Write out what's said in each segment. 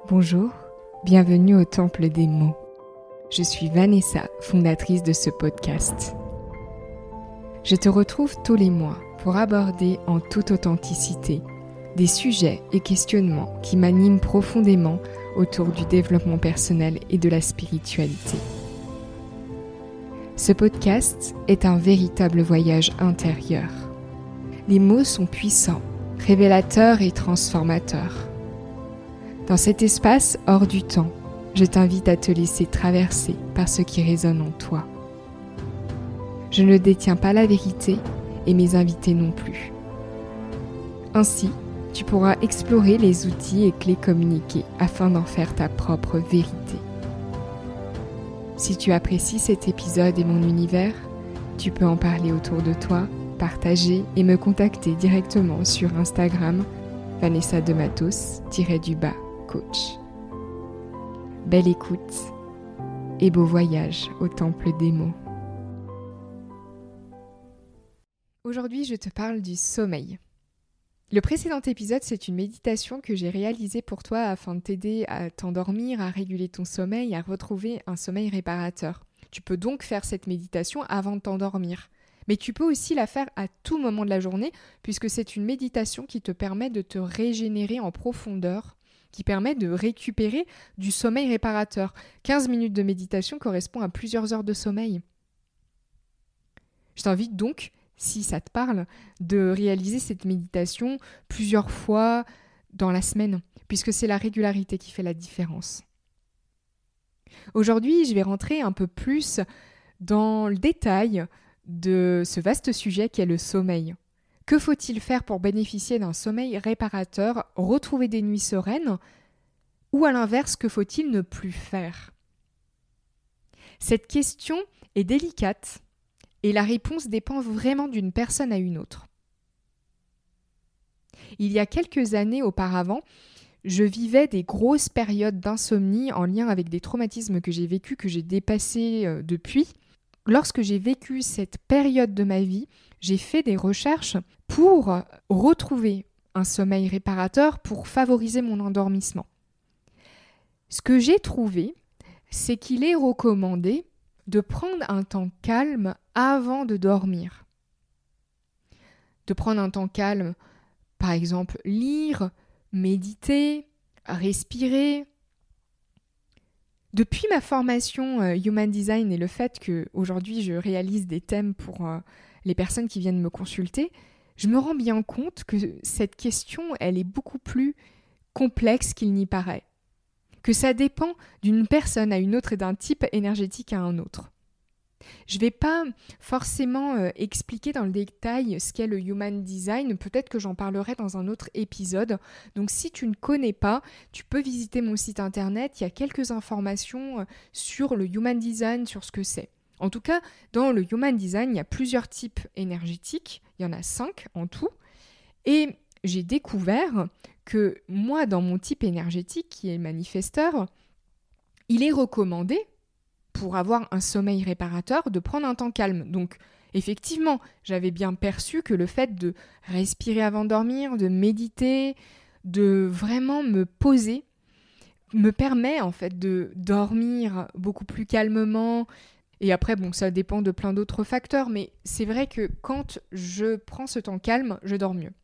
Bonjour, bienvenue au Temple des mots. Je suis Vanessa, fondatrice de ce podcast. Je te retrouve tous les mois pour aborder en toute authenticité des sujets et questionnements qui m'animent profondément autour du développement personnel et de la spiritualité. Ce podcast est un véritable voyage intérieur. Les mots sont puissants, révélateurs et transformateurs. Dans cet espace hors du temps, je t'invite à te laisser traverser par ce qui résonne en toi. Je ne détiens pas la vérité et mes invités non plus. Ainsi, tu pourras explorer les outils et clés communiqués afin d'en faire ta propre vérité. Si tu apprécies cet épisode et mon univers, tu peux en parler autour de toi, partager et me contacter directement sur Instagram Vanessa de Matos-coach. Belle écoute et beau voyage au temple des mots. Aujourd'hui, je te parle du sommeil. Le précédent épisode, c'est une méditation que j'ai réalisée pour toi afin de t'aider à t'endormir, à réguler ton sommeil, à retrouver un sommeil réparateur. Tu peux donc faire cette méditation avant de t'endormir. Mais tu peux aussi la faire à tout moment de la journée puisque c'est une méditation qui te permet de te régénérer en profondeur, qui permet de récupérer du sommeil réparateur. 15 minutes de méditation correspond à plusieurs heures de sommeil. Je t'invite donc, si ça te parle, de réaliser cette méditation plusieurs fois dans la semaine, puisque c'est la régularité qui fait la différence. Aujourd'hui, je vais rentrer un peu plus dans le détail de ce vaste sujet qu'est le sommeil. Que faut-il faire pour bénéficier d'un sommeil réparateur, retrouver des nuits sereines? Ou à l'inverse, que faut-il ne plus faire? Cette question est délicate et la réponse dépend vraiment d'une personne à une autre. Il y a quelques années auparavant, je vivais des grosses périodes d'insomnie en lien avec des traumatismes que j'ai vécus, que j'ai dépassés depuis. Lorsque j'ai vécu cette période de ma vie, j'ai fait des recherches pour retrouver un sommeil réparateur, pour favoriser mon endormissement. Ce que j'ai trouvé, c'est qu'il est recommandé de prendre un temps calme avant de dormir. De prendre un temps calme, par exemple lire, méditer, respirer. Depuis ma formation Human Design et le fait qu'aujourd'hui je réalise des thèmes pour les personnes qui viennent me consulter, je me rends bien compte que cette question, elle est beaucoup plus complexe qu'il n'y paraît. Que ça dépend d'une personne à une autre et d'un type énergétique à un autre. Je ne vais pas forcément expliquer dans le détail ce qu'est le Human Design, peut-être que j'en parlerai dans un autre épisode. Donc si tu ne connais pas, tu peux visiter mon site internet, il y a quelques informations sur le Human Design, sur ce que c'est. En tout cas, dans le Human Design, il y a plusieurs types énergétiques, il y en a 5 en tout, et j'ai découvert que moi, dans mon type énergétique, qui est manifesteur, il est recommandé, pour avoir un sommeil réparateur, de prendre un temps calme. Donc, effectivement, j'avais bien perçu que le fait de respirer avant de dormir, de méditer, de vraiment me poser, me permet en fait de dormir beaucoup plus calmement. Et après, ça dépend de plein d'autres facteurs, mais c'est vrai que quand je prends ce temps calme, je dors mieux.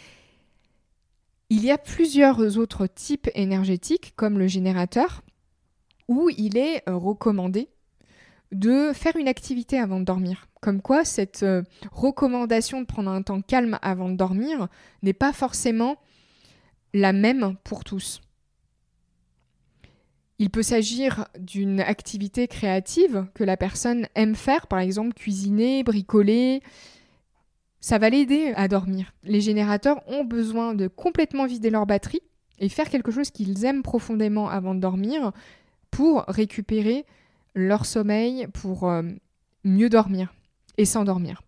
Il y a plusieurs autres types énergétiques, comme le générateur, où il est recommandé de faire une activité avant de dormir. Comme quoi, cette recommandation de prendre un temps calme avant de dormir n'est pas forcément la même pour tous. Il peut s'agir d'une activité créative que la personne aime faire, par exemple cuisiner, bricoler. Ça va l'aider à dormir. Les générateurs ont besoin de complètement vider leur batterie et faire quelque chose qu'ils aiment profondément avant de dormir pour récupérer leur sommeil, pour mieux dormir et s'endormir.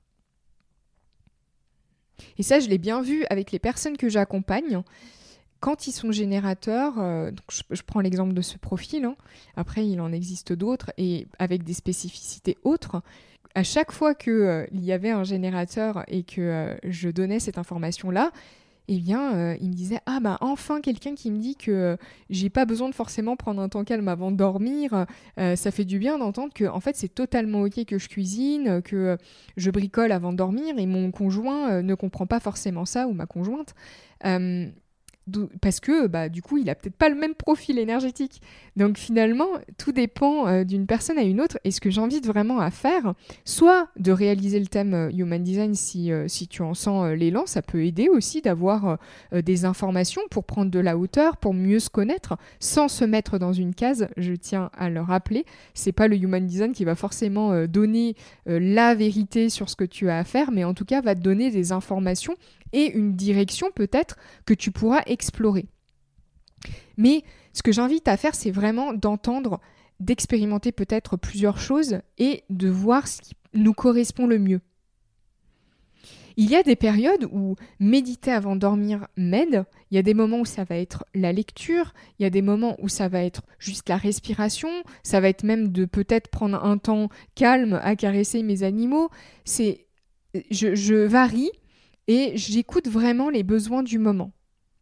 Et ça, je l'ai bien vu avec les personnes que j'accompagne. Quand ils sont générateurs, donc je prends l'exemple de ce profil, après il en existe d'autres et avec des spécificités autres. À chaque fois qu'il y avait un générateur et que je donnais cette information-là, il me disait ah bah enfin quelqu'un qui me dit que j'ai pas besoin de forcément prendre un temps calme avant de dormir. Ça fait du bien d'entendre que en fait c'est totalement ok que je cuisine, que je bricole avant de dormir et mon conjoint ne comprend pas forcément ça ou ma conjointe. Euh, Parce que du coup, il a peut-être pas le même profil énergétique. Donc finalement, tout dépend d'une personne à une autre. Et ce que j'invite vraiment à faire, soit de réaliser le thème Human Design si tu en sens l'élan, ça peut aider aussi d'avoir des informations pour prendre de la hauteur, pour mieux se connaître, sans se mettre dans une case. Je tiens à le rappeler, c'est pas le Human Design qui va forcément donner la vérité sur ce que tu as à faire, mais en tout cas va te donner des informations et une direction peut-être que tu pourras explorer. Mais ce que j'invite à faire, c'est vraiment d'entendre, d'expérimenter peut-être plusieurs choses et de voir ce qui nous correspond le mieux. Il y a des périodes où méditer avant de dormir m'aide. Il y a des moments où ça va être la lecture, il y a des moments où ça va être juste la respiration, ça va être même de peut-être prendre un temps calme à caresser mes animaux. Je varie et j'écoute vraiment les besoins du moment.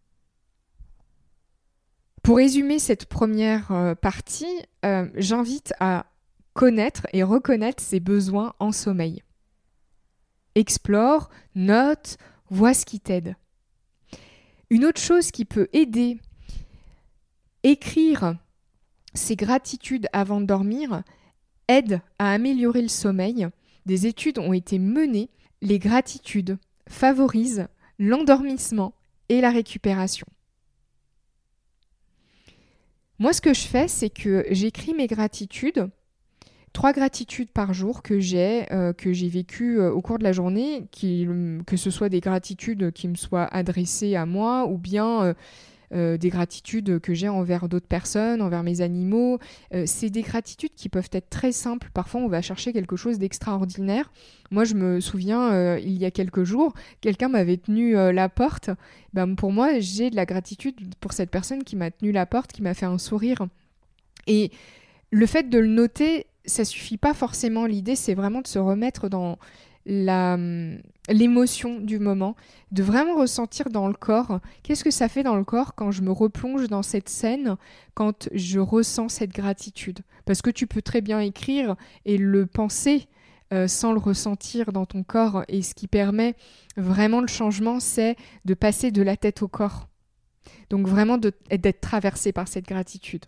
Pour résumer cette première partie, j'invite à connaître et reconnaître ses besoins en sommeil. Explore, note, vois ce qui t'aide. Une autre chose qui peut aider, écrire ses gratitudes avant de dormir, aide à améliorer le sommeil. Des études ont été menées. Les gratitudes favorisent l'endormissement et la récupération. Moi, ce que je fais, c'est que j'écris mes gratitudes, 3 gratitudes par jour que j'ai vécues au cours de la journée, que ce soit des gratitudes qui me soient adressées à moi ou bien des gratitudes que j'ai envers d'autres personnes, envers mes animaux. C'est des gratitudes qui peuvent être très simples. Parfois, on va chercher quelque chose d'extraordinaire. Moi, je me souviens, il y a quelques jours, quelqu'un m'avait tenu la porte. Pour moi, j'ai de la gratitude pour cette personne qui m'a tenu la porte, qui m'a fait un sourire. Et le fait de le noter, ça suffit pas forcément. L'idée, c'est vraiment de se remettre dans l'émotion du moment, de vraiment ressentir dans le corps qu'est-ce que ça fait dans le corps quand je me replonge dans cette scène, quand je ressens cette gratitude. Parce que tu peux très bien écrire et le penser sans le ressentir dans ton corps. Et ce qui permet vraiment le changement, c'est de passer de la tête au corps. Donc vraiment d'être traversé par cette gratitude.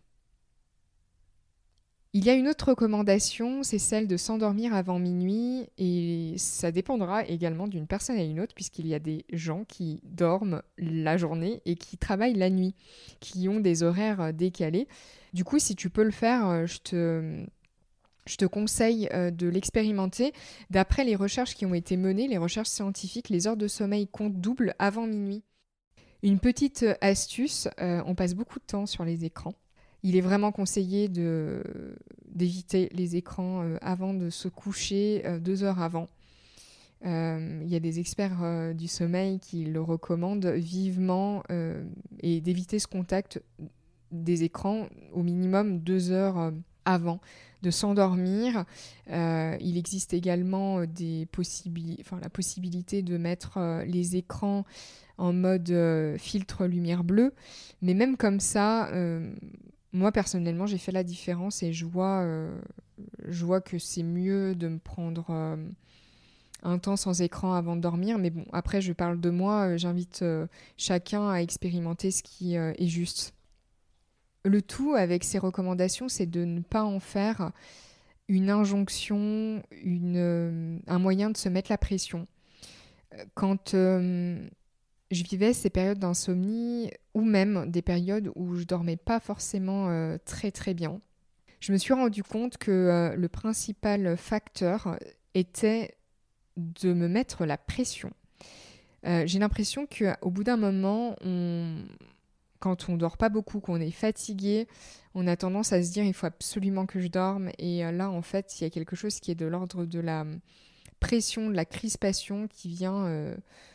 Il y a une autre recommandation, c'est celle de s'endormir avant minuit et ça dépendra également d'une personne à une autre puisqu'il y a des gens qui dorment la journée et qui travaillent la nuit, qui ont des horaires décalés. Du coup, si tu peux le faire, je te conseille de l'expérimenter. D'après les recherches qui ont été menées, les recherches scientifiques, les heures de sommeil comptent double avant minuit. Une petite astuce, on passe beaucoup de temps sur les écrans. Il est vraiment conseillé d'éviter les écrans avant de se coucher 2 heures avant. Il y a des experts du sommeil qui le recommandent vivement et d'éviter ce contact des écrans au minimum 2 heures avant de s'endormir. Il existe également la possibilité de mettre les écrans en mode filtre lumière bleue. Mais même comme ça, moi personnellement, j'ai fait la différence et je vois que c'est mieux de me prendre un temps sans écran avant de dormir. Mais bon, après, je parle de moi. J'invite chacun à expérimenter ce qui est juste. Le tout avec ces recommandations, c'est de ne pas en faire une injonction, un moyen de se mettre la pression. Quand je vivais ces périodes d'insomnie ou même des périodes où je dormais pas forcément très très bien, je me suis rendu compte que le principal facteur était de me mettre la pression. J'ai l'impression qu'au bout d'un moment, quand on dort pas beaucoup, qu'on est fatigué, on a tendance à se dire il faut absolument que je dorme. Et là, en fait, il y a quelque chose qui est de l'ordre de la pression, de la crispation qui vient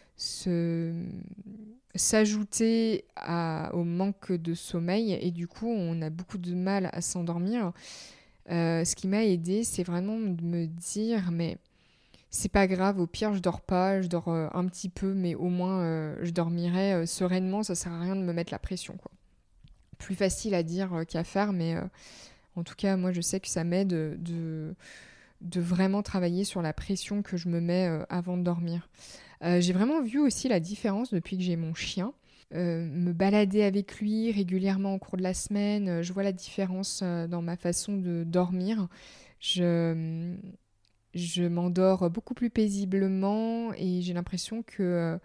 s'ajouter au manque de sommeil. Et du coup, on a beaucoup de mal à s'endormir. Ce qui m'a aidée, c'est vraiment de me dire mais c'est pas grave, au pire je dors pas, je dors un petit peu, mais au moins je dormirai sereinement, ça sert à rien de me mettre la pression, quoi. Plus facile à dire qu'à faire, mais en tout cas moi je sais que ça m'aide de vraiment travailler sur la pression que je me mets avant de dormir. J'ai vraiment vu aussi la différence depuis que j'ai mon chien. Me balader avec lui régulièrement au cours de la semaine, je vois la différence dans ma façon de dormir. Je m'endors beaucoup plus paisiblement et j'ai l'impression que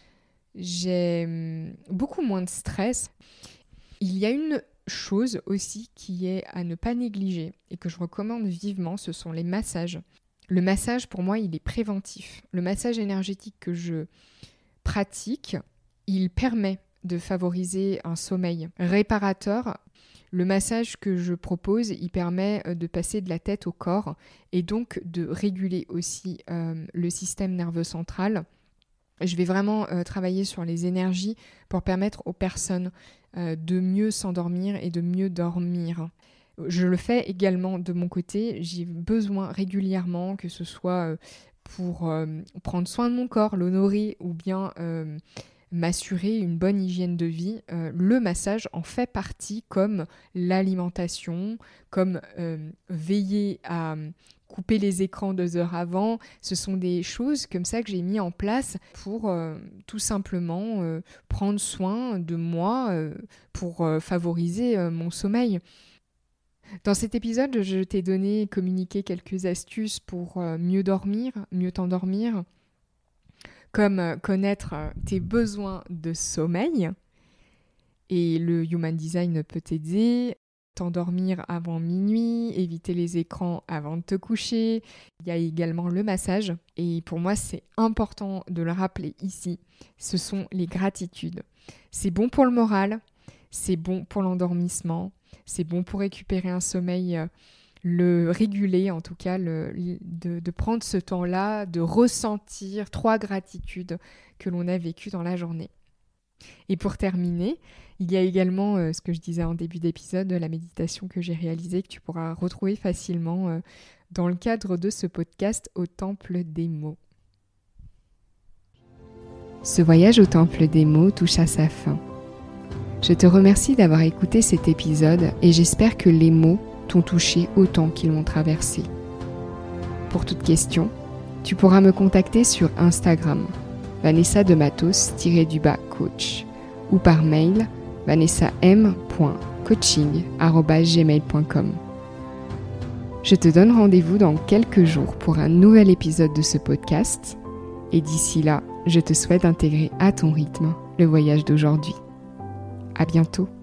j'ai beaucoup moins de stress. Il y a une chose aussi qui est à ne pas négliger et que je recommande vivement, ce sont les massages. Le massage, pour moi, il est préventif. Le massage énergétique que je pratique, il permet de favoriser un sommeil réparateur. Le massage que je propose, il permet de passer de la tête au corps et donc de réguler aussi le système nerveux central. Je vais vraiment travailler sur les énergies pour permettre aux personnes de mieux s'endormir et de mieux dormir. Je le fais également de mon côté. J'ai besoin régulièrement, que ce soit pour prendre soin de mon corps, l'honorer ou bien m'assurer une bonne hygiène de vie. Le massage en fait partie, comme l'alimentation, comme veiller à couper les écrans 2 heures avant. Ce sont des choses comme ça que j'ai mis en place pour tout simplement prendre soin de moi, pour favoriser mon sommeil. Dans cet épisode, je t'ai communiqué quelques astuces pour mieux dormir, mieux t'endormir, comme connaître tes besoins de sommeil. Et le Human Design peut t'aider. T'endormir avant minuit, éviter les écrans avant de te coucher. Il y a également le massage. Et pour moi, c'est important de le rappeler ici. Ce sont les gratitudes. C'est bon pour le moral, c'est bon pour l'endormissement, c'est bon pour récupérer un sommeil, le réguler en tout cas, de prendre ce temps-là, de ressentir 3 gratitudes que l'on a vécues dans la journée. Et pour terminer, il y a également ce que je disais en début d'épisode, la méditation que j'ai réalisée, que tu pourras retrouver facilement dans le cadre de ce podcast au Temple des mots. Ce voyage au Temple des mots touche à sa fin. Je te remercie d'avoir écouté cet épisode et j'espère que les mots t'ont touché autant qu'ils m'ont traversé. Pour toute question, tu pourras me contacter sur Instagram, Vanessa de Matos-coach, ou par mail vanessam.coaching@gmail.com. Je te donne rendez-vous dans quelques jours pour un nouvel épisode de ce podcast et d'ici là, je te souhaite d'intégrer à ton rythme le voyage d'aujourd'hui. À bientôt.